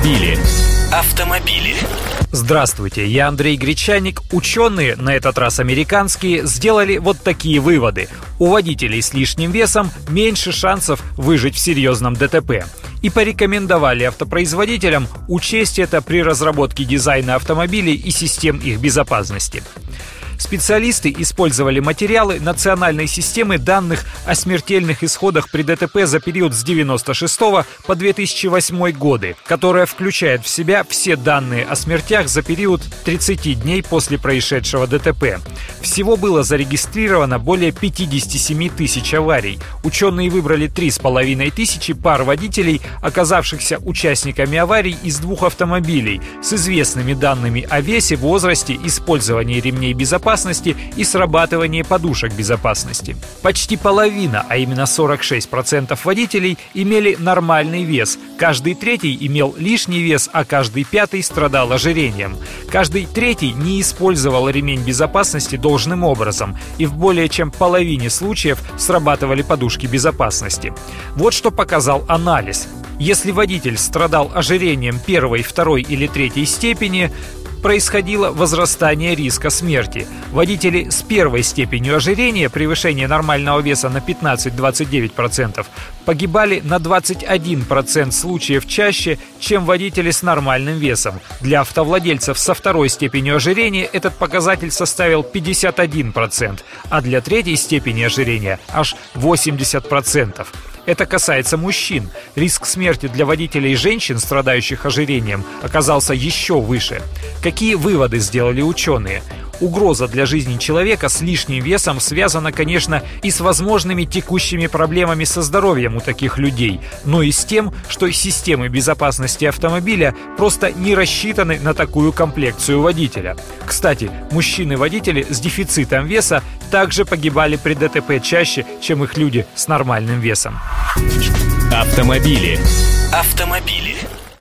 Автомобили. Здравствуйте, я Андрей Гречаник. Ученые, на этот раз американские, сделали вот такие выводы. У водителей с лишним весом меньше шансов выжить в серьезном ДТП. И порекомендовали автопроизводителям учесть это при разработке дизайна автомобилей и систем их безопасности. Специалисты использовали материалы национальной системы данных о смертельных исходах при ДТП за период с 1996 по 2008 годы, которая включает в себя все данные о смертях за период 30 дней после происшедшего ДТП. Всего было зарегистрировано более 57 тысяч аварий. Ученые выбрали 3,5 тысячи пар водителей, оказавшихся участниками аварий из двух автомобилей, с известными данными о весе, возрасте, использовании ремней безопасности и срабатывании подушек безопасности. Почти половина, а именно 46% водителей, имели нормальный вес. Каждый третий имел лишний вес, а каждый пятый страдал ожирением. Каждый третий не использовал ремень безопасности должным образом, и в более чем половине случаев срабатывали подушки безопасности. Вот что показал анализ. Если водитель страдал ожирением первой, второй или третьей степени, происходило возрастание риска смерти. Водители с первой степенью ожирения, превышение нормального веса на 15-29%, погибали на 21% случаев чаще, чем водители с нормальным весом. Для автовладельцев со второй степенью ожирения этот показатель составил 51%, а для третьей степени ожирения аж 80%. Это касается мужчин. Риск смерти для водителей женщин, страдающих ожирением, оказался еще выше. Какие выводы сделали ученые? Угроза для жизни человека с лишним весом связана, конечно, и с возможными текущими проблемами со здоровьем у таких людей, но и с тем, что системы безопасности автомобиля просто не рассчитаны на такую комплекцию водителя. Кстати, мужчины-водители с дефицитом веса также погибали при ДТП чаще, чем их люди с нормальным весом. Автомобили.